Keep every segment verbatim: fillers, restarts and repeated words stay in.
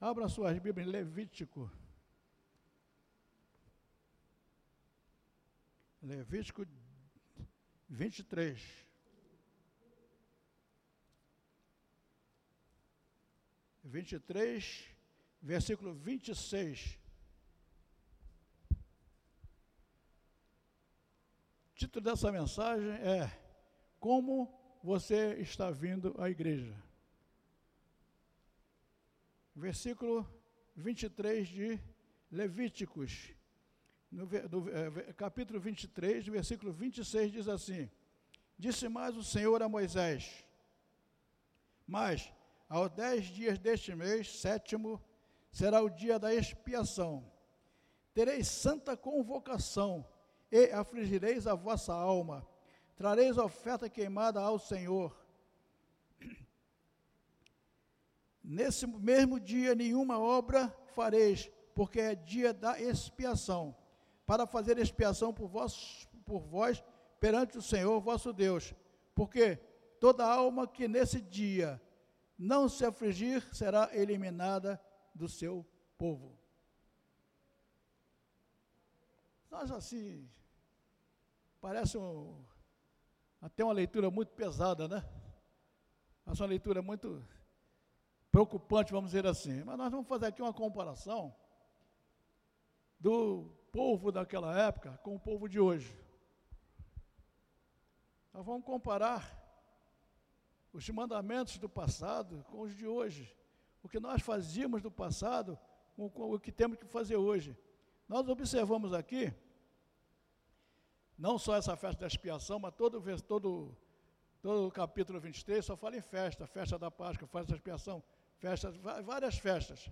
Abra suas Bíblias em Levítico. Levítico vinte e três. vinte e três, versículo vinte e seis. O título dessa mensagem é: Como você está vindo à igreja? Versículo vinte e três de Levíticos, no, no é, capítulo vinte e três, versículo vinte e seis, diz assim: Disse mais o Senhor a Moisés: Mas, aos dez dias deste mês, sétimo, será o dia da expiação. Tereis santa convocação, e afligireis a vossa alma. Trareis oferta queimada ao Senhor. Nesse mesmo dia nenhuma obra fareis, porque é dia da expiação, para fazer expiação por vós, por vós perante o Senhor vosso Deus. Porque toda alma que nesse dia não se afligir será eliminada do seu povo. Nós assim, parece um, até uma leitura muito pesada, né? Essa é uma leitura muito preocupante, vamos dizer assim. Mas nós vamos fazer aqui uma comparação do povo daquela época com o povo de hoje. Nós vamos comparar os mandamentos do passado com os de hoje. O que nós fazíamos do passado com, com o que temos que fazer hoje. Nós observamos aqui, não só essa festa da expiação, mas todo, todo, todo o capítulo vinte e três só fala em festa, festa da Páscoa, festa da expiação, festas, várias festas.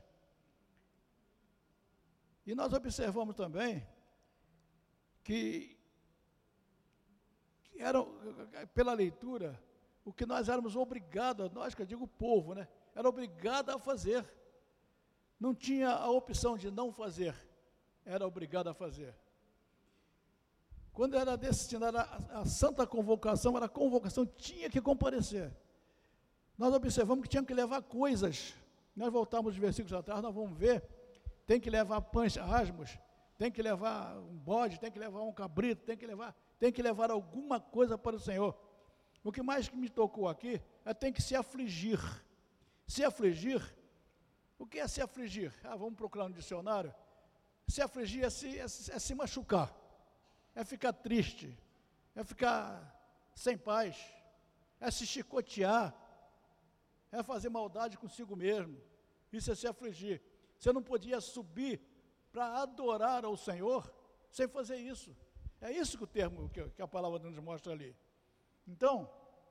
E nós observamos também que, que era, pela leitura, o que nós éramos obrigados, nós que eu digo o povo, né? Era obrigado a fazer. Não tinha a opção de não fazer, era obrigado a fazer. Quando era destinada a, a santa convocação, era a convocação, tinha que comparecer. Nós observamos que tinha que levar coisas. Nós voltamos os versículos atrás, nós vamos ver, tem que levar pães asmos, tem que levar um bode, tem que levar um cabrito, tem que levar, tem que levar alguma coisa para o Senhor. O que mais que me tocou aqui é tem que se afligir. Se afligir, o que é se afligir? Ah, vamos procurar no dicionário. Se afligir é se, é, é se machucar, é ficar triste, é ficar sem paz, é se chicotear, é fazer maldade consigo mesmo. Isso é se afligir. Você não podia subir para adorar ao Senhor sem fazer isso. É isso que o termo, que, que a palavra nos mostra ali. Então,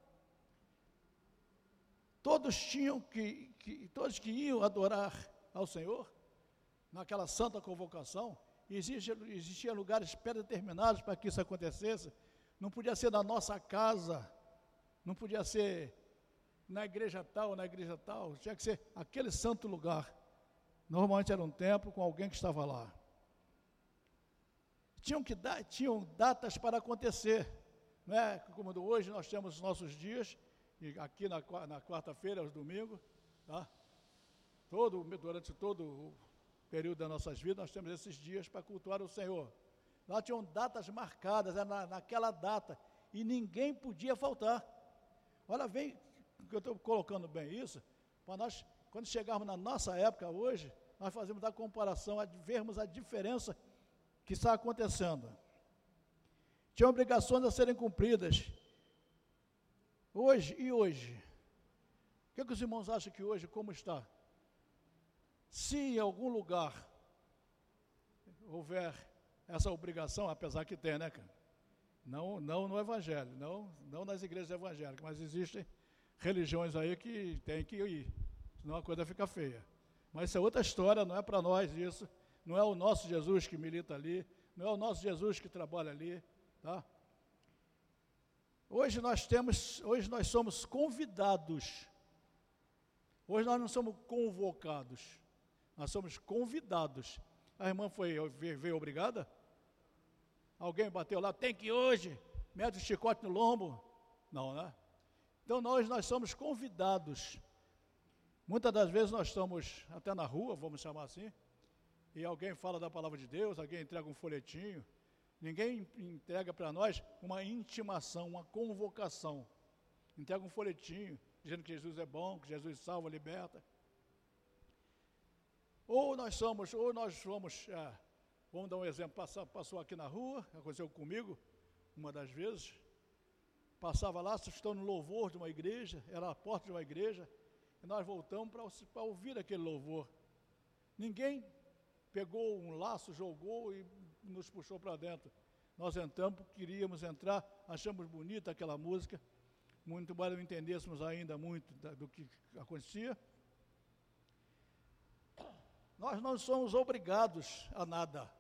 todos tinham que, que, todos que iam adorar ao Senhor, naquela santa convocação, existiam existia lugares pré-determinados para que isso acontecesse. Não podia ser na nossa casa, não podia ser na igreja tal, na igreja tal, tinha que ser aquele santo lugar. Normalmente era um templo com alguém que estava lá. Tinham, que dar, tinham datas para acontecer, não é? Como hoje nós temos os nossos dias, e aqui na, na quarta-feira, aos domingos, tá? Todo, durante todo o período das nossas vidas, nós temos esses dias para cultuar o Senhor. Lá tinham datas marcadas, era na, naquela data, e ninguém podia faltar. Olha, vem, que eu estou colocando bem isso, para nós, quando chegarmos na nossa época hoje, nós fazemos a comparação, a vermos a diferença que está acontecendo. Tinha obrigações a serem cumpridas. Hoje e hoje. O que, é que os irmãos acham que hoje, como está? Se em algum lugar houver essa obrigação, apesar que tem, né, cara? Não, não no Evangelho, não, não nas igrejas evangélicas, mas existem religiões aí que tem que ir, senão a coisa fica feia. Mas isso é outra história, não é para nós isso, não é o nosso Jesus que milita ali, não é o nosso Jesus que trabalha ali, tá? Hoje nós temos, hoje nós somos convidados, hoje nós não somos convocados, nós somos convidados. A irmã foi, veio obrigada? Alguém bateu lá, tem que ir hoje, mete o chicote no lombo? Não, né? Então nós, nós somos convidados. Muitas das vezes nós estamos até na rua, vamos chamar assim, e alguém fala da palavra de Deus, alguém entrega um folhetinho, ninguém entrega para nós uma intimação, uma convocação. Entrega um folhetinho, dizendo que Jesus é bom, que Jesus salva, liberta. Ou nós somos, ou nós somos, é, vamos dar um exemplo, passou, passou aqui na rua, aconteceu comigo, uma das vezes, passava lá, estou no louvor de uma igreja, era a porta de uma igreja, e nós voltamos para ouvir aquele louvor. Ninguém pegou um laço, jogou e nos puxou para dentro. Nós entramos, queríamos entrar, achamos bonita aquela música, muito embora não entendêssemos ainda muito da, do que acontecia. Nós não somos obrigados a nada.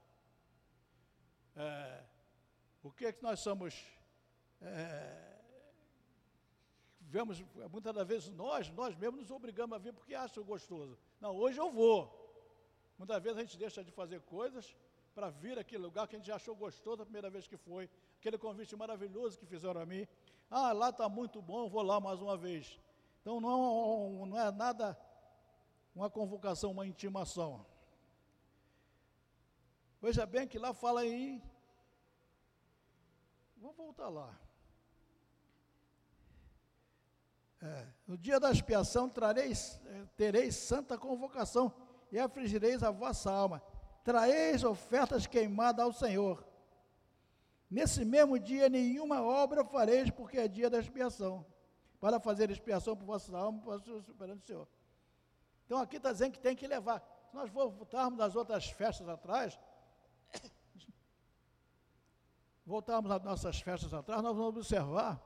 É, o que é que nós somos... É, vemos, muitas das vezes nós, nós mesmos nos obrigamos a vir porque acham gostoso. Não, hoje eu vou. Muitas vezes a gente deixa de fazer coisas para vir àquele lugar que a gente já achou gostoso a primeira vez que foi. Aquele convite maravilhoso que fizeram a mim. Ah, lá está muito bom, vou lá mais uma vez. Então não, não é nada uma convocação, uma intimação. Veja bem que lá fala em... Vou voltar lá. É, no dia da expiação trareis, tereis santa convocação e afligireis a vossa alma. Traeis ofertas queimadas ao Senhor. Nesse mesmo dia nenhuma obra fareis, porque é dia da expiação, para fazer expiação por vossa alma, perante o Senhor. Então aqui está dizendo que tem que levar. Se nós voltarmos das outras festas atrás, voltarmos às nossas festas atrás, nós vamos observar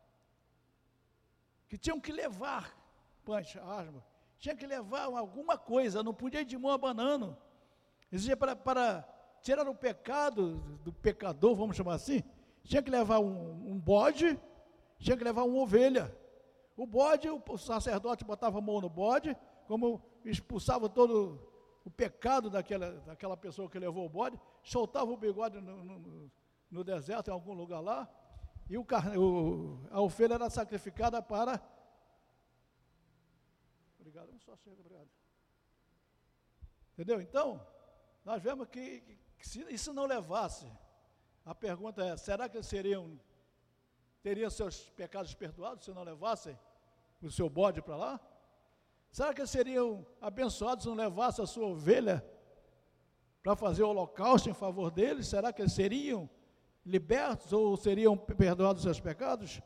que tinham que levar pães, asma, tinha que levar alguma coisa, não podia ir de mão abanando. Exigia para, para tirar o pecado do pecador, vamos chamar assim, tinha que levar um, um bode, tinha que levar uma ovelha. O bode, o, o sacerdote botava a mão no bode, como expulsava todo o pecado daquela, daquela pessoa que levou o bode, soltava o bigode no, no, no deserto, em algum lugar lá, e o, o, a ovelha era sacrificada para... Obrigado, não só chega, obrigado. Entendeu? Então, nós vemos que, que se isso não levasse, a pergunta é, será que eles seriam, teriam seus pecados perdoados se não levassem o seu bode para lá? Será que eles seriam abençoados se não levassem a sua ovelha para fazer o holocausto em favor deles? Será que eles seriam libertos ou seriam perdoados os seus pecados?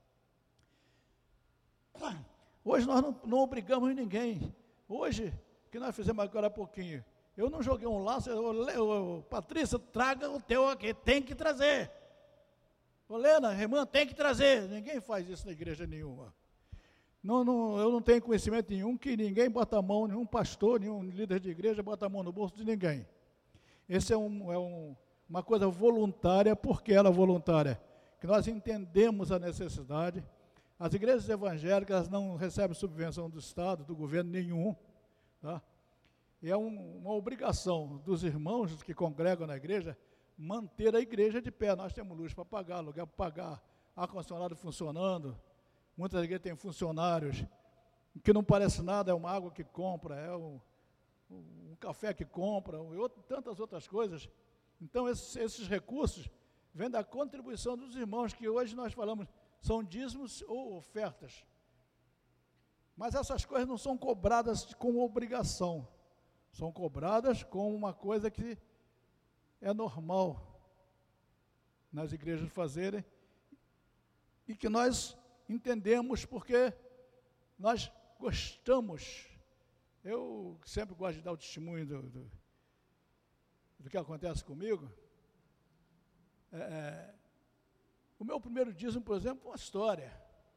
Hoje nós não, não obrigamos ninguém. Hoje, que nós fizemos agora há pouquinho, eu não joguei um laço, eu, eu, eu, Patrícia, traga o teu aqui, tem que trazer. Ô, Lena, irmã, tem que trazer. Ninguém faz isso na igreja nenhuma. Não, não, eu não tenho conhecimento nenhum que ninguém bota a mão, nenhum pastor, nenhum líder de igreja bota a mão no bolso de ninguém. Esse é, um, é um, uma coisa voluntária. Por que ela é voluntária? Que nós entendemos a necessidade. As igrejas evangélicas não recebem subvenção do Estado, do governo nenhum, tá? E é um, uma obrigação dos irmãos que congregam na igreja manter a igreja de pé. Nós temos luz para pagar, aluguel para pagar, ar-condicionado funcionando. Muitas igrejas têm funcionários, que não parece nada, é uma água que compra, é um, um café que compra, e outro, tantas outras coisas. Então, esses, esses recursos vêm da contribuição dos irmãos, que hoje nós falamos, são dízimos ou ofertas. Mas essas coisas não são cobradas com obrigação, são cobradas como uma coisa que é normal nas igrejas fazerem, e que nós entendemos porque nós gostamos. Eu sempre gosto de dar o testemunho do, do, do que acontece comigo. É, é, o meu primeiro dízimo, por exemplo, é uma história.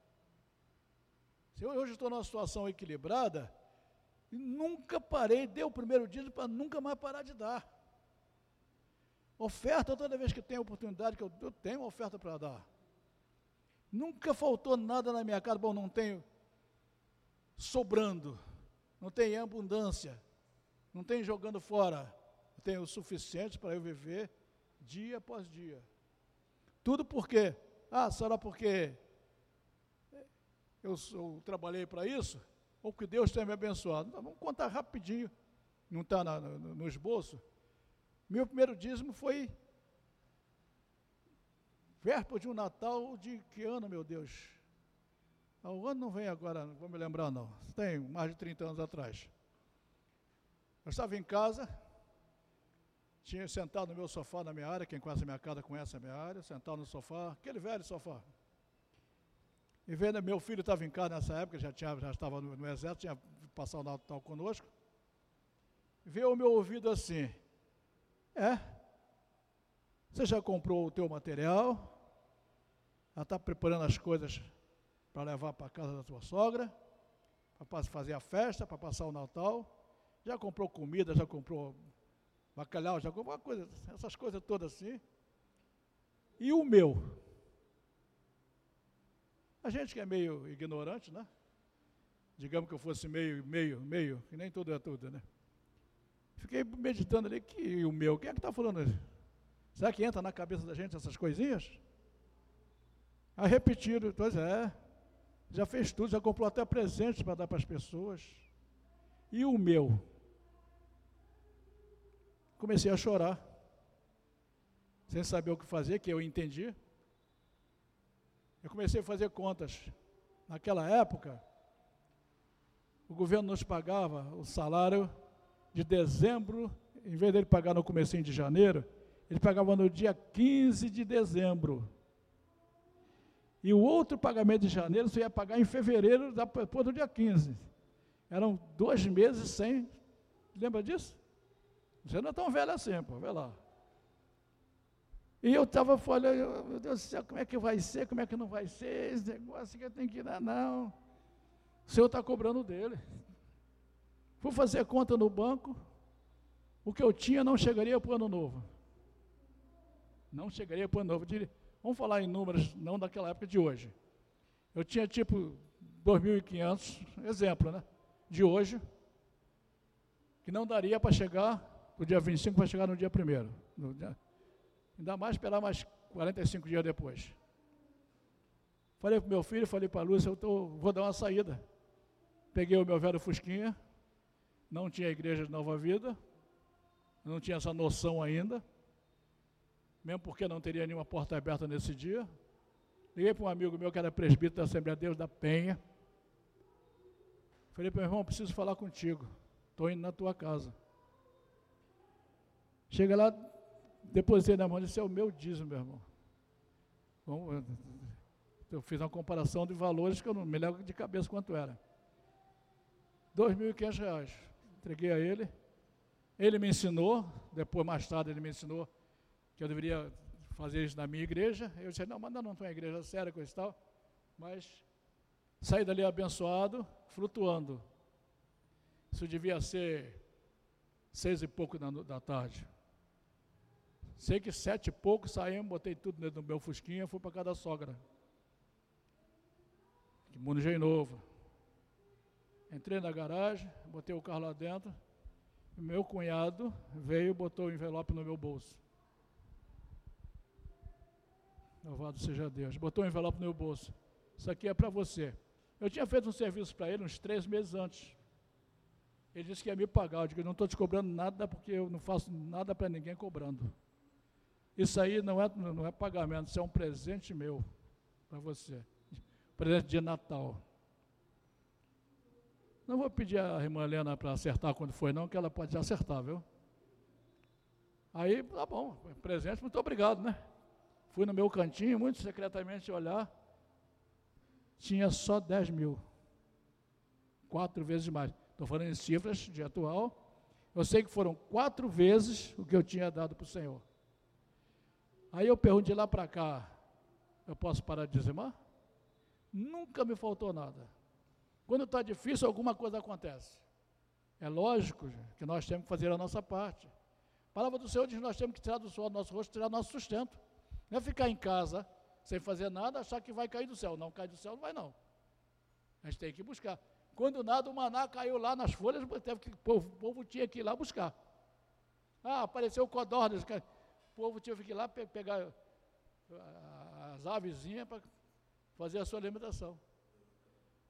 Se eu hoje estou numa situação equilibrada, e nunca parei, dei o primeiro dízimo para nunca mais parar de dar. Oferta, toda vez que tenho oportunidade, que eu, eu tenho uma oferta para dar. Nunca faltou nada na minha casa. Bom, não tenho sobrando, não tem abundância, não tem jogando fora, eu tenho o suficiente para eu viver dia após dia. Tudo por quê? Ah, será porque eu, eu trabalhei para isso? ou que Deus tenha me abençoado. Então, vamos contar rapidinho, não está no, no esboço. Meu primeiro dízimo foi perto de um Natal de que ano, meu Deus? O ano não vem agora, não vou me lembrar não. Tem mais de trinta anos atrás. Eu estava em casa, tinha sentado no meu sofá na minha área, quem conhece a minha casa conhece a minha área, sentado no sofá, aquele velho sofá. E vendo, meu filho estava em casa nessa época, já, tinha, já estava no, no exército, tinha passado o Natal conosco. Veio ao meu ouvido assim, é, você já comprou o teu material, já está preparando as coisas para levar para a casa da tua sogra, para fazer a festa, para passar o Natal, já comprou comida, já comprou bacalhau, já comprou coisa, essas coisas todas assim. E o meu? A gente que é meio ignorante, né? Digamos que eu fosse meio, meio, meio, que nem tudo é tudo, né? Fiquei meditando ali, que o meu, quem é que está falando isso? Será que entra na cabeça da gente essas coisinhas? Aí repetiram, pois é, já fez tudo, já comprou até presentes para dar para as pessoas. E o meu? Comecei a chorar, sem saber o que fazer, que eu entendi. Eu comecei a fazer contas. Naquela época, o governo nos pagava o salário de dezembro, em vez dele pagar no comecinho de janeiro, ele pagava no dia quinze de dezembro. E o outro pagamento de janeiro você ia pagar em fevereiro, depois do dia quinze. Eram dois meses sem. Lembra disso? Você não é tão velho assim, pô, vê lá. E eu estava falando, meu Deus do céu, como é que vai ser, como é que não vai ser, esse negócio que eu tenho que dar, não. O senhor está cobrando dele. Fui fazer conta no banco, o que eu tinha não chegaria para o ano novo. Não chegaria para o ano novo. Vamos falar em números, não daquela época de hoje. Eu tinha tipo dois mil e quinhentos, exemplo, né? De hoje, que não daria para chegar no dia vinte e cinco, para chegar no dia primeiro. No dia, ainda mais esperar mais quarenta e cinco dias depois. Falei para o meu filho, falei para a Lúcia, eu tô, vou dar uma saída. Peguei o meu velho Fusquinha, não tinha igreja de Nova Vida, não tinha essa noção ainda, mesmo porque não teria nenhuma porta aberta nesse dia. Liguei para um amigo meu que era presbítero da Assembleia de Deus da Penha. Falei para o meu irmão, preciso falar contigo, estou indo na tua casa. Chega lá, depositei na mão, disse, é o meu dízimo, meu irmão. Bom, eu fiz uma comparação de valores que eu não me lembro de cabeça quanto era. dois mil e quinhentos reais. Entreguei a ele. Ele me ensinou, depois, mais tarde, ele me ensinou que eu deveria fazer isso na minha igreja. Eu disse, não, mas não estou em igreja séria, coisa e tal. Mas saí dali abençoado, flutuando. Isso devia ser seis e pouco da, da tarde. Sei que sete e pouco saímos, botei tudo dentro do meu Fusquinha, fui para casa da sogra. Que mundo de novo. Entrei na garagem, botei o carro lá dentro, e meu cunhado veio e botou o envelope no meu bolso. Louvado seja Deus. Botou o envelope no meu bolso. Isso aqui é para você. Eu tinha feito um serviço para ele uns três meses antes. Ele disse que ia me pagar. Eu digo, eu não estou te cobrando nada porque eu não faço nada para ninguém cobrando. Isso aí não é, não é pagamento, isso é um presente meu para você. Presente de Natal. Não vou pedir a irmã Helena para acertar quando foi, não, que ela pode acertar, viu? Aí, tá bom, presente, muito obrigado, né? Fui no meu cantinho, muito secretamente olhar, tinha só dez mil. Quatro vezes mais. Estou falando em cifras de atual. Eu sei que foram quatro vezes o que eu tinha dado para o Senhor. Aí eu pergunto de lá para cá, eu posso parar de dizimar? Nunca me faltou nada. Quando está difícil, alguma coisa acontece. É lógico que nós temos que fazer a nossa parte. A palavra do Senhor diz que nós temos que tirar do suor do nosso rosto, tirar nosso sustento. Não é ficar em casa, sem fazer nada, achar que vai cair do céu. Não cai do céu, não vai não. A gente tem que buscar. Quando nada, o maná caiu lá nas folhas, teve que, o, povo, o povo tinha que ir lá buscar. Ah, apareceu o codornas, o povo tinha que ir lá pe pegar as avezinhas para fazer a sua alimentação.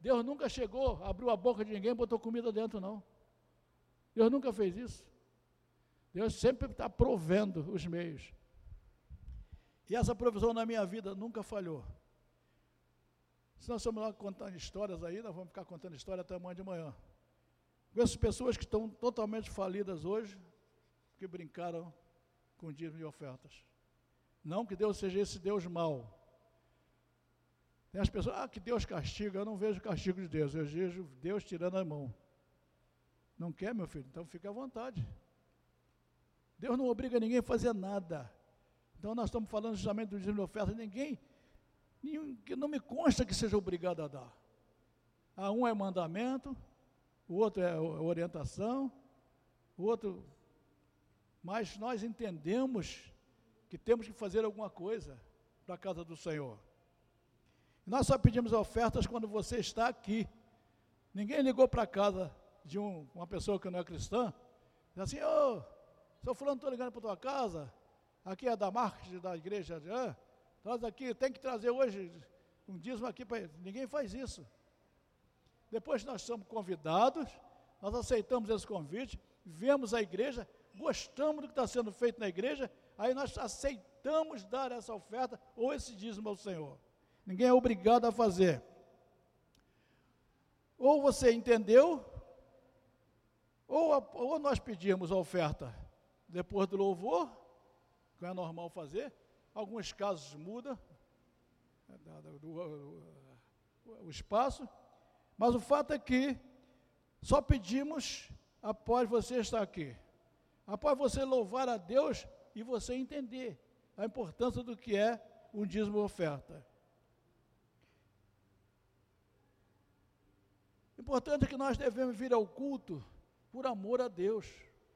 Deus nunca chegou, abriu a boca de ninguém e botou comida dentro, não. Deus nunca fez isso. Deus sempre está provendo os meios. E essa provisão na minha vida nunca falhou. Se nós estamos lá contando histórias aí, nós vamos ficar contando história até amanhã de manhã. Conheço pessoas que estão totalmente falidas hoje, que brincaram com dízimo e ofertas. Não que Deus seja esse Deus mau. Tem as pessoas, ah, que Deus castiga. Eu não vejo castigo de Deus, eu vejo Deus tirando a mão. Não quer, meu filho? Então fique à vontade. Deus não obriga ninguém a fazer nada. Então nós estamos falando justamente do dízimo e oferta. Ninguém, nenhum, que não me consta que seja obrigado a dar. A um é mandamento, o outro é orientação, o outro... Mas nós entendemos que temos que fazer alguma coisa para a casa do Senhor. Nós só pedimos ofertas quando você está aqui. Ninguém ligou para a casa de um, uma pessoa que não é cristã, diz assim, ô, oh, seu fulano, estou ligando para a tua casa, aqui é da marketing da igreja, ah, traz aqui, tem que trazer hoje um dízimo aqui para ele. Ninguém faz isso. Depois nós somos convidados, nós aceitamos esse convite, vemos a igreja, gostamos do que está sendo feito na igreja, aí nós aceitamos dar essa oferta ou esse dízimo ao Senhor. Ninguém é obrigado a fazer. Ou você entendeu, ou, a, ou nós pedimos a oferta depois do louvor, que é normal fazer, alguns casos muda o espaço, mas o fato é que só pedimos após você estar aqui, após você louvar a Deus e você entender a importância do que é um dízimo oferta. Importante é que nós devemos vir ao culto por amor a Deus.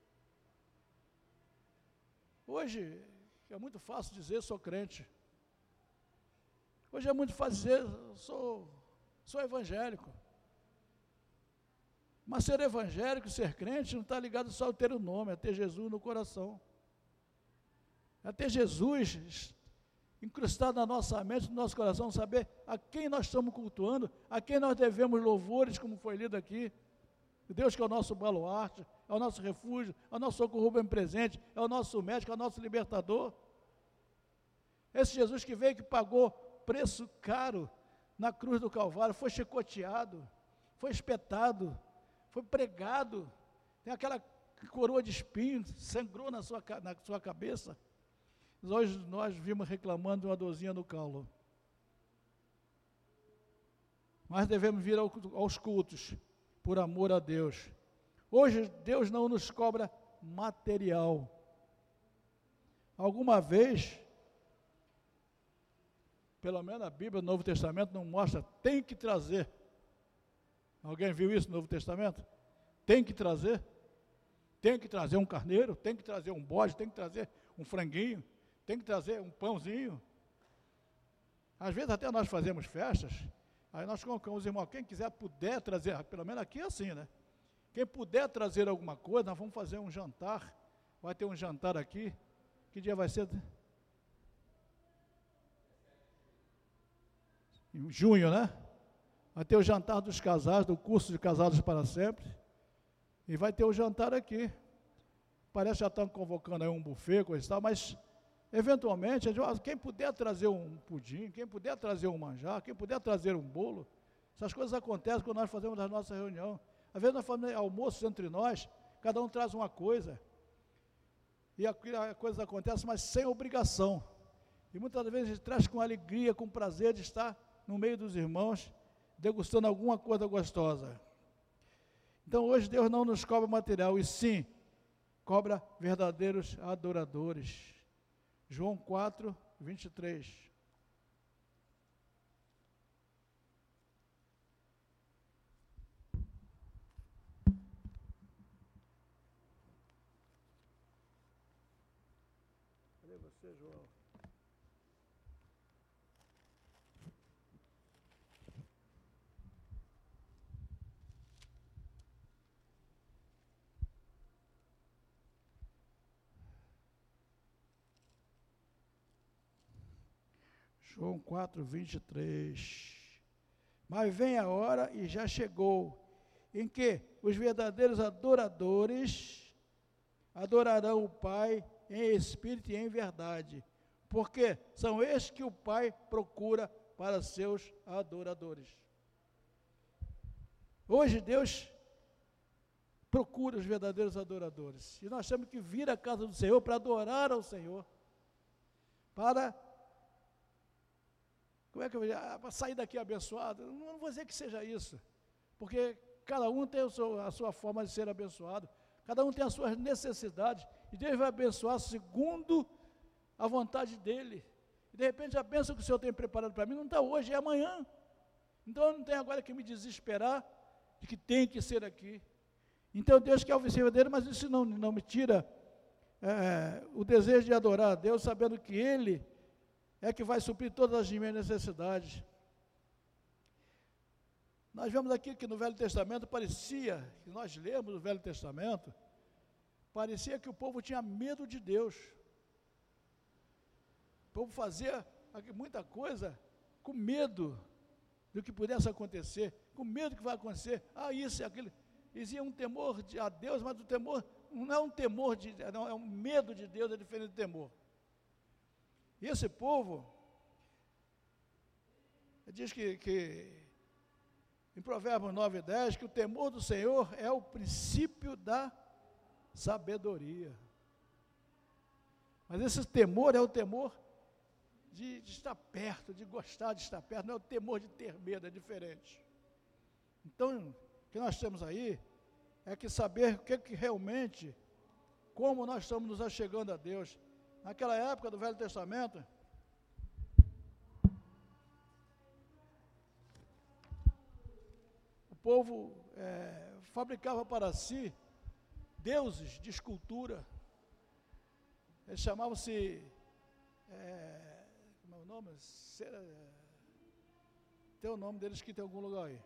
Hoje é muito fácil dizer sou crente. Hoje é muito fácil dizer sou, sou evangélico. Mas ser evangélico e ser crente não está ligado só a ter o nome, é ter Jesus no coração. É ter Jesus incrustado na nossa mente, no nosso coração, saber a quem nós estamos cultuando, a quem nós devemos louvores, como foi lido aqui. Deus que é o nosso baluarte, é o nosso refúgio, é o nosso socorro bem presente, é o nosso médico, é o nosso libertador. Esse Jesus que veio, que pagou preço caro na cruz do Calvário, foi chicoteado, foi espetado, foi pregado, tem aquela coroa de espinhos, sangrou na sua, na sua cabeça. Hoje nós vimos reclamando de uma dorzinha no calo. Mas devemos vir ao, aos cultos, por amor a Deus. Hoje Deus não nos cobra material. Alguma vez, pelo menos a Bíblia, o Novo Testamento, não mostra, tem que trazer. Alguém viu isso no Novo Testamento? Tem que trazer. Tem que trazer um carneiro, tem que trazer um bode, tem que trazer um franguinho, tem que trazer um pãozinho. Às vezes até nós fazemos festas, aí nós colocamos, irmão, quem quiser, puder trazer, pelo menos aqui é assim, né? Quem puder trazer alguma coisa, nós vamos fazer um jantar, vai ter um jantar aqui, que dia vai ser? Em junho, né? Vai ter o jantar dos casais, do curso de Casados para Sempre, e vai ter o jantar aqui. Parece que já estão convocando aí um buffet, coisa e tal, mas eventualmente, quem puder trazer um pudim, quem puder trazer um manjar, quem puder trazer um bolo, essas coisas acontecem quando nós fazemos a nossa reunião. Às vezes nós fazemos almoços entre nós, cada um traz uma coisa, e a, a coisa acontece, mas sem obrigação. E muitas vezes a gente traz com alegria, com prazer de estar no meio dos irmãos, degustando alguma coisa gostosa. Então hoje Deus não nos cobra material, e sim, cobra verdadeiros adoradores. João quatro, vinte e três. Cadê você, João? João quatro, vinte e três. Mas vem a hora, e já chegou, em que os verdadeiros adoradores adorarão o Pai em espírito e em verdade, porque são estes que o Pai procura para seus adoradores. Hoje Deus procura os verdadeiros adoradores, e nós temos que vir à casa do Senhor para adorar ao Senhor, para, como é que eu vou dizer, ah, para sair daqui abençoado. Não, não vou dizer que seja isso, porque cada um tem o seu, a sua forma de ser abençoado, cada um tem as suas necessidades, e Deus vai abençoar segundo a vontade dEle. E de repente a bênção que o Senhor tem preparado para mim não está hoje, é amanhã. Então eu não tenho agora que me desesperar de que tem que ser aqui. Então Deus quer o verdadeiro, mas isso não, não me tira é, o desejo de adorar a Deus, sabendo que Ele é que vai suprir todas as minhas necessidades. Nós vemos aqui que no Velho Testamento parecia, que nós lemos o Velho Testamento, parecia que o povo tinha medo de Deus. O povo fazia muita coisa com medo do que pudesse acontecer, com medo do que vai acontecer, ah, isso e aquilo. Existia um temor de, a Deus, mas o temor não é um temor, de, não, é um medo de Deus, é diferente do temor. E esse povo, diz que, que em Provérbios nove, dez, que o temor do Senhor é o princípio da sabedoria. Mas esse temor é o temor de, de estar perto, de gostar de estar perto, não é o temor de ter medo, é diferente. Então, o que nós temos aí é que saber o que, que realmente, como nós estamos nos achegando a Deus. Naquela época do Velho Testamento, o povo é, fabricava para si deuses de escultura. Eles chamavam-se, é, como é o nome? Cera, tem o nome deles que tem algum lugar aí.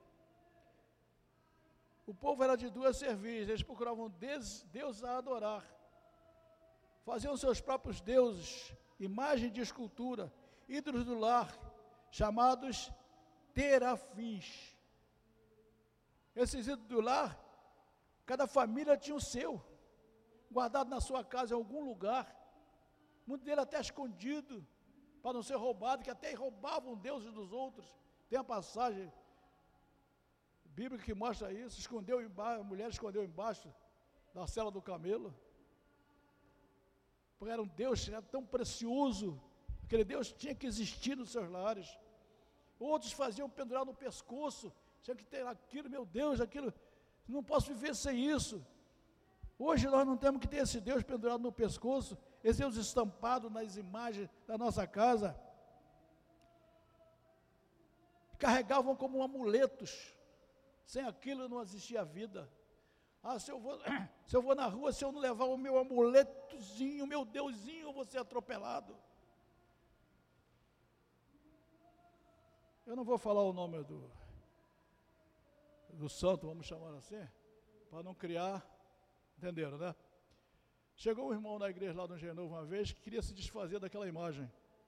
O povo era de duas cerviz, eles procuravam Deus, Deus a adorar. Faziam seus próprios deuses, imagem de escultura, ídolos do lar, chamados terafins. Esses ídolos do lar, cada família tinha o seu, guardado na sua casa em algum lugar, muito dele até escondido, para não ser roubado, que até roubavam deuses dos outros. Tem a passagem bíblica que mostra isso, escondeu embaixo, a mulher escondeu embaixo da sela do camelo, porque era um Deus, era tão precioso, aquele Deus tinha que existir nos seus lares. Outros faziam pendurar no pescoço, tinha que ter aquilo, meu Deus, aquilo, não posso viver sem isso. Hoje nós não temos que ter esse Deus pendurado no pescoço, esse Deus estampado nas imagens da nossa casa. Carregavam como amuletos, sem aquilo não existia vida. Ah, se eu vou, se eu vou na rua, se eu não levar o meu amuletozinho, o meu Deusinho, eu vou ser atropelado. Eu não vou falar o nome do, do santo, vamos chamar assim, para não criar, entenderam, né? Chegou um irmão na igreja lá do Engenho Novo uma vez, que queria se desfazer daquela imagem.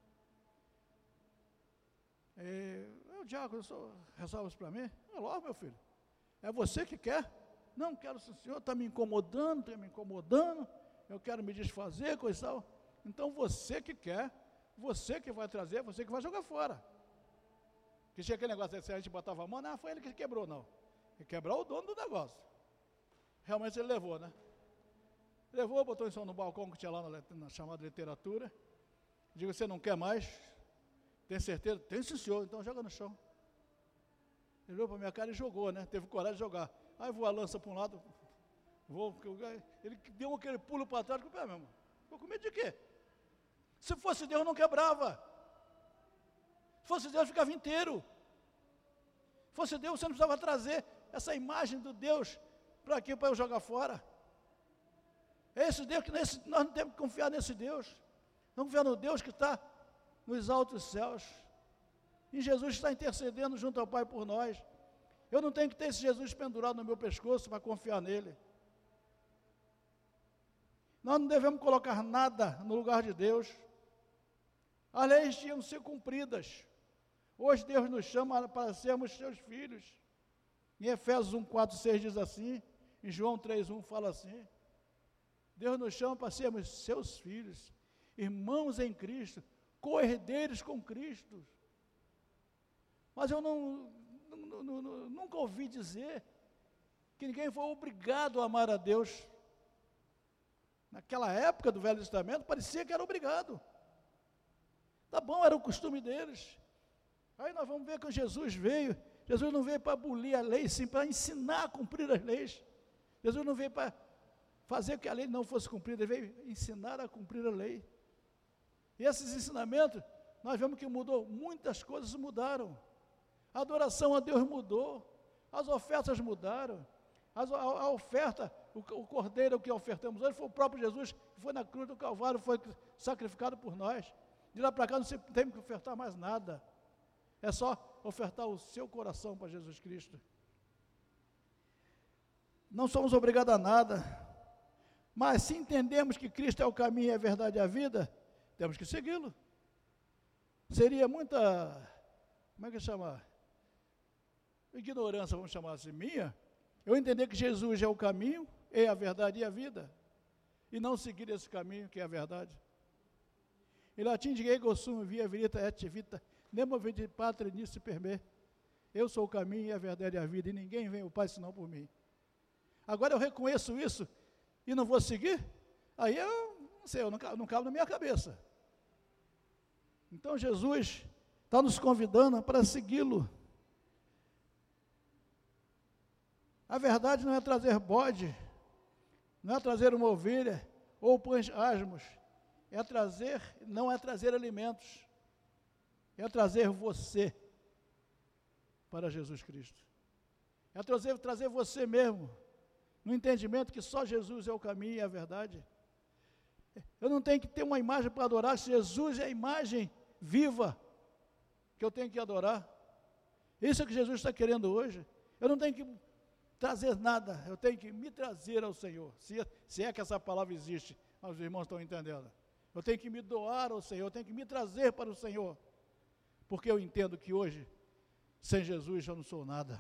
E, o diácono, resolve isso para mim? É logo, meu filho. É você que quer? Não quero, se o senhor está me incomodando, está me incomodando, eu quero me desfazer, coisa e tal. Então você que quer, você que vai trazer, você que vai jogar fora. Que tinha aquele negócio, se a gente botava a mão, não, foi ele que quebrou, não. Ele quebrou o dono do negócio. Realmente ele levou, né? Levou, botou em cima no balcão que tinha lá na, na chamada literatura. Digo, você não quer mais? Tem certeza? Tem, sim, senhor, então joga no chão. Ele olhou para a minha cara e jogou, né? Teve coragem de jogar. Aí voou a lança para um lado, voou, ele deu aquele pulo para trás, ficou, meu irmão, ficou com medo de quê? Se fosse Deus, não quebrava. Se fosse Deus, ficava inteiro. Se fosse Deus, você não precisava trazer essa imagem do Deus para aqui, para eu jogar fora. É esse Deus que nesse, nós não temos que confiar nesse Deus. Não confiar no Deus que está nos altos céus. E Jesus está intercedendo junto ao Pai por nós. Eu não tenho que ter esse Jesus pendurado no meu pescoço para confiar nele. Nós não devemos colocar nada no lugar de Deus. As leis tinham que ser cumpridas. Hoje Deus nos chama para sermos seus filhos. Em Efésios um, quatro, seis diz assim, em João três, um fala assim. Deus nos chama para sermos seus filhos, irmãos em Cristo, co-herdeiros com Cristo. Mas eu não, não, não, não, nunca ouvi dizer que ninguém foi obrigado a amar a Deus. Naquela época do Velho Testamento, parecia que era obrigado. Tá bom, era o costume deles. Aí nós vamos ver que Jesus veio. Jesus não veio para abolir a lei, sim para ensinar a cumprir as leis. Jesus não veio para fazer que a lei não fosse cumprida, ele veio ensinar a cumprir a lei. E esses ensinamentos, nós vemos que mudou, muitas coisas mudaram. A adoração a Deus mudou, as ofertas mudaram. As, a, a oferta, o, o cordeiro que ofertamos hoje foi o próprio Jesus, que foi na cruz do Calvário, foi sacrificado por nós. De lá para cá não tem que ofertar mais nada. É só ofertar o seu coração para Jesus Cristo. Não somos obrigados a nada, mas se entendemos que Cristo é o caminho, a verdade e a vida, temos que segui-lo. Seria muita, como é que chama? Ignorância, vamos chamar assim, minha, eu entender que Jesus é o caminho, é a verdade e a vida, e não seguir esse caminho que é a verdade. In latim diz ego sum via verita et vita, nemo vidi patre nisso per me. Eu sou o caminho e a verdade e a vida, e ninguém vem ao Pai senão por mim. Agora eu reconheço isso e não vou seguir, aí eu não sei, eu não, não cabe na minha cabeça. Então Jesus está nos convidando para segui-lo. A verdade não é trazer bode, não é trazer uma ovelha ou pães asmos, é trazer, não é trazer alimentos, é trazer você para Jesus Cristo. É trazer, trazer você mesmo, no entendimento que só Jesus é o caminho e a verdade. Eu não tenho que ter uma imagem para adorar, Jesus é a imagem viva que eu tenho que adorar. Isso é o que Jesus está querendo hoje. Eu não tenho que trazer nada, eu tenho que me trazer ao Senhor, se, se é que essa palavra existe, mas os irmãos estão entendendo. Eu tenho que me doar ao Senhor, eu tenho que me trazer para o Senhor, porque eu entendo que hoje, sem Jesus, eu não sou nada.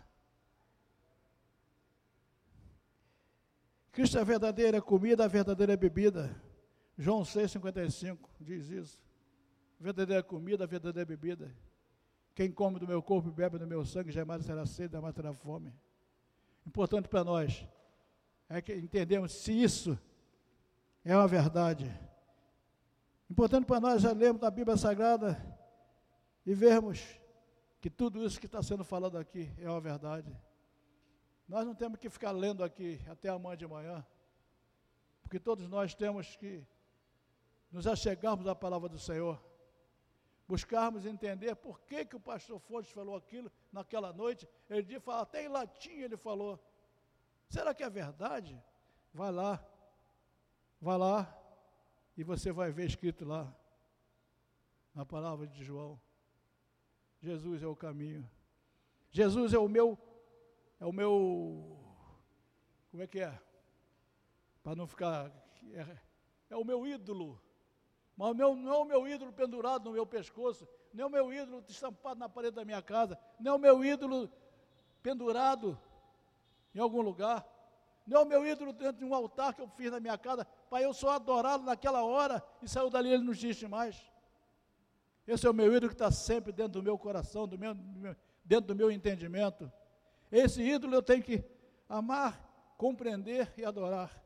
Cristo é a verdadeira comida, a verdadeira bebida. João seis, cinquenta e cinco diz isso. Verdadeira comida, a verdadeira bebida. Quem come do meu corpo e bebe do meu sangue, jamais será sede, jamais terá fome. Importante para nós é que entendemos se isso é uma verdade. Importante para nós já lermos da Bíblia Sagrada e vermos que tudo isso que está sendo falado aqui é uma verdade. Nós não temos que ficar lendo aqui até amanhã de manhã, porque todos nós temos que nos achegarmos à palavra do Senhor, buscarmos entender por que, que o pastor Fontes falou aquilo naquela noite. Ele disse, até em latim ele falou. Será que é verdade? Vai lá, vai lá, e você vai ver escrito lá, na palavra de João, Jesus é o caminho. Jesus é o meu, é o meu, como é que é? Para não ficar, é, é o meu ídolo. Mas o meu, não é o meu ídolo pendurado no meu pescoço, não é o meu ídolo estampado na parede da minha casa, não é o meu ídolo pendurado em algum lugar, não é o meu ídolo dentro de um altar que eu fiz na minha casa, para eu só adorá-lo naquela hora e saiu dali ele não existe mais. Esse é o meu ídolo que está sempre dentro do meu coração, do meu, do meu, dentro do meu entendimento. Esse ídolo eu tenho que amar, compreender e adorar.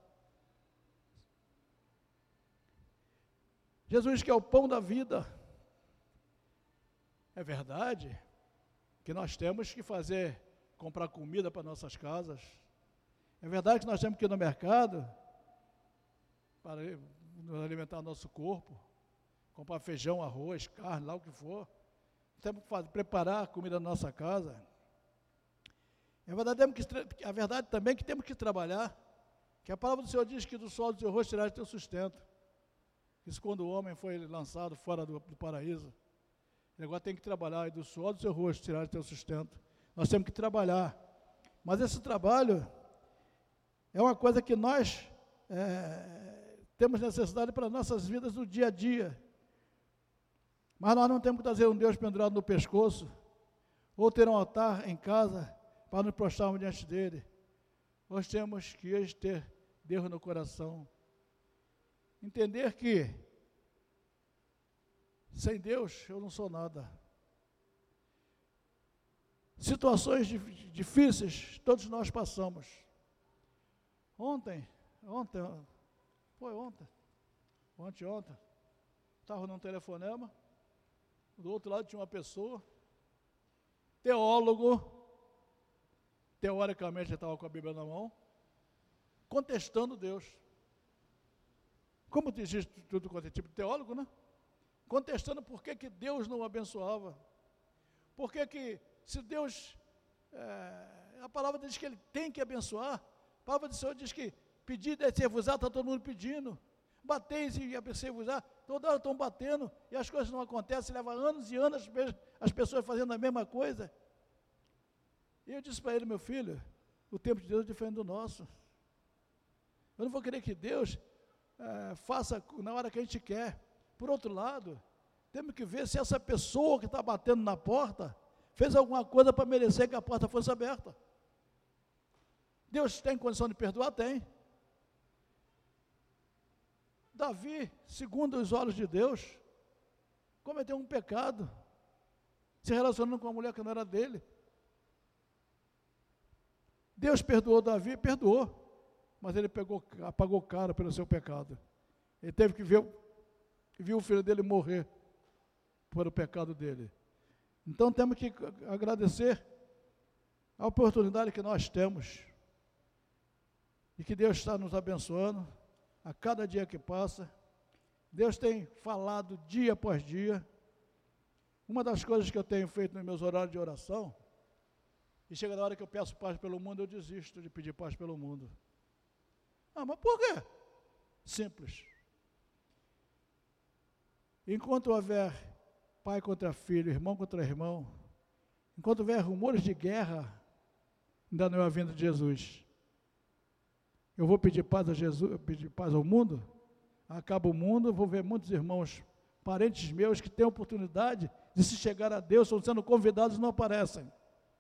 Jesus que é o pão da vida. É verdade que nós temos que fazer, comprar comida para nossas casas. É verdade que nós temos que ir no mercado para alimentar nosso corpo, comprar feijão, arroz, carne, lá o que for. Temos que fazer, preparar a comida na nossa casa. É verdade, temos que, a verdade também é que temos que trabalhar, que a palavra do Senhor diz que do sol do teu rosto tirarás teu sustento. Isso quando o homem foi lançado fora do, do paraíso. Ele agora tem que trabalhar, e do suor do seu rosto tirar o teu sustento. Nós temos que trabalhar. Mas esse trabalho é uma coisa que nós é, temos necessidade para nossas vidas do dia a dia. Mas nós não temos que trazer um Deus pendurado no pescoço, ou ter um altar em casa para nos prostrarmos diante dele. Nós temos que hoje ter Deus no coração. Entender que sem Deus eu não sou nada. Situações difíceis todos nós passamos. Ontem, ontem, foi ontem, ontem, ontem, estava num telefonema, do outro lado tinha uma pessoa, teólogo, teoricamente ele estava com a Bíblia na mão, contestando Deus. Como existe tudo quanto é tipo de teólogo, né? Contestando por que que Deus não abençoava. Por que que, se Deus, é, a palavra diz que Ele tem que abençoar, a palavra do Senhor diz que pedir é ser-vos-á, está todo mundo pedindo, bateis e é ser-vos-á, toda hora estão batendo, e as coisas não acontecem, leva anos e anos as pessoas fazendo a mesma coisa. E eu disse para ele, meu filho, o tempo de Deus é diferente do nosso. Eu não vou querer que Deus é, faça na hora que a gente quer. Por outro lado, temos que ver se essa pessoa que está batendo na porta fez alguma coisa para merecer que a porta fosse aberta. Deus tem condição de perdoar? Tem. Davi, segundo os olhos de Deus, cometeu um pecado, se relacionando com uma mulher que não era dele. Deus perdoou Davi, perdoou, mas ele pegou, pagou caro pelo seu pecado. Ele teve que ver, viu o filho dele morrer por o pecado dele. Então temos que agradecer a oportunidade que nós temos e que Deus está nos abençoando a cada dia que passa. Deus tem falado dia após dia. Uma das coisas que eu tenho feito nos meus horários de oração, e chega na hora que eu peço paz pelo mundo, eu desisto de pedir paz pelo mundo. Ah, mas por quê? Simples. Enquanto houver pai contra filho, irmão contra irmão, enquanto houver rumores de guerra, ainda não é a vinda de Jesus. Eu vou pedir paz a Jesus, pedir paz ao mundo, acaba o mundo, vou ver muitos irmãos, parentes meus que têm oportunidade de se chegar a Deus, estão sendo convidados e não aparecem.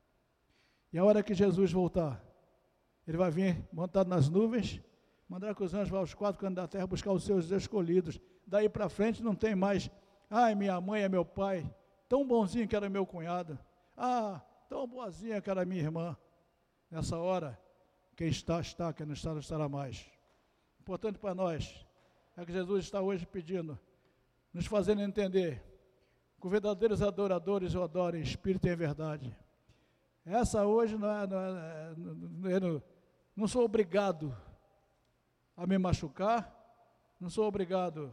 E a hora que Jesus voltar, ele vai vir montado nas nuvens, mandar que os anjos vá aos quatro cantos da terra buscar os seus escolhidos. Daí para frente não tem mais, ai, minha mãe é meu pai, tão bonzinho que era meu cunhado, ah, tão boazinha que era minha irmã. Nessa hora, quem está, está, quem não está, não estará mais. Importante para nós é que Jesus está hoje pedindo, nos fazendo entender que os verdadeiros adoradores o adoram em espírito e em verdade. Essa hoje não é, não, é, não, é, não, não sou obrigado a me machucar, não sou obrigado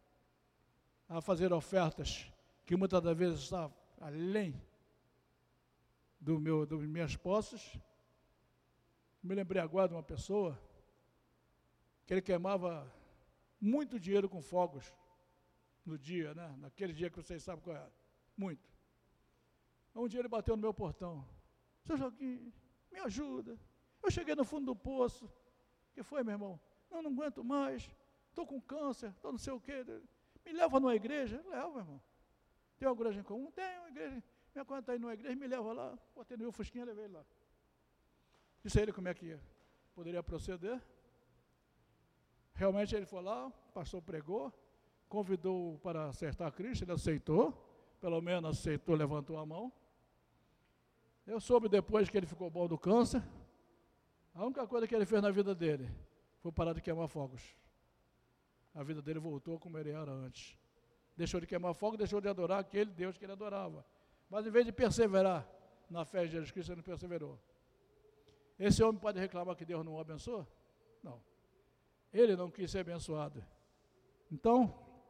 a fazer ofertas que muitas das vezes está além do meu, das minhas posses. Me lembrei agora de uma pessoa que ele queimava muito dinheiro com fogos no dia, né? Naquele dia que vocês sabem qual é, muito. Um dia ele bateu no meu portão, seu Joaquim, me ajuda, eu cheguei no fundo do poço. O que foi, meu irmão? Não, não aguento mais, estou com câncer, estou não sei o quê, me leva numa igreja? Leva, irmão. Tem uma igreja em comum? Tem uma igreja, minha conta está indo numa igreja, me leva lá, botei no meu fusquinha e levei ele lá. Disse a ele como é que poderia proceder. Realmente ele foi lá, o pastor pregou, convidou para acertar Cristo, ele aceitou, pelo menos aceitou, levantou a mão. Eu soube depois que ele ficou bom do câncer, a única coisa que ele fez na vida dele foi parar de queimar fogos. A vida dele voltou como ele era antes. Deixou de queimar fogo, deixou de adorar aquele Deus que ele adorava. Mas em vez de perseverar na fé de Jesus Cristo, ele não perseverou. Esse homem pode reclamar que Deus não o abençoa? Não. Ele não quis ser abençoado. Então,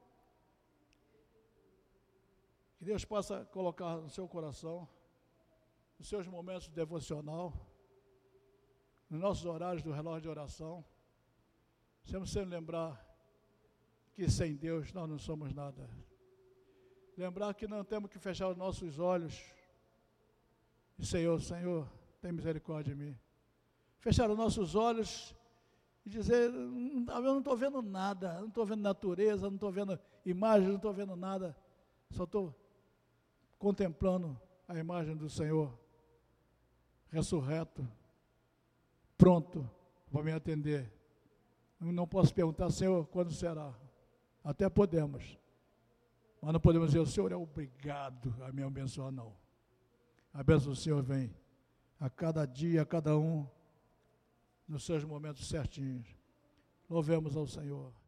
que Deus possa colocar no seu coração, nos seus momentos de devocional, nos nossos horários do relógio de oração, sempre sempre lembrar que sem Deus nós não somos nada. Lembrar que não temos que fechar os nossos olhos e Senhor, Senhor, tem misericórdia de mim. Fechar os nossos olhos e dizer, eu não estou vendo nada, não estou vendo natureza, não estou vendo imagens, não estou vendo nada, só estou contemplando a imagem do Senhor, ressurreto, pronto para me atender. Eu não posso perguntar, Senhor, quando será? Até podemos, mas não podemos dizer, o Senhor é obrigado a me abençoar, não. A bênção do Senhor vem a cada dia, a cada um, nos seus momentos certinhos. Louvemos ao Senhor.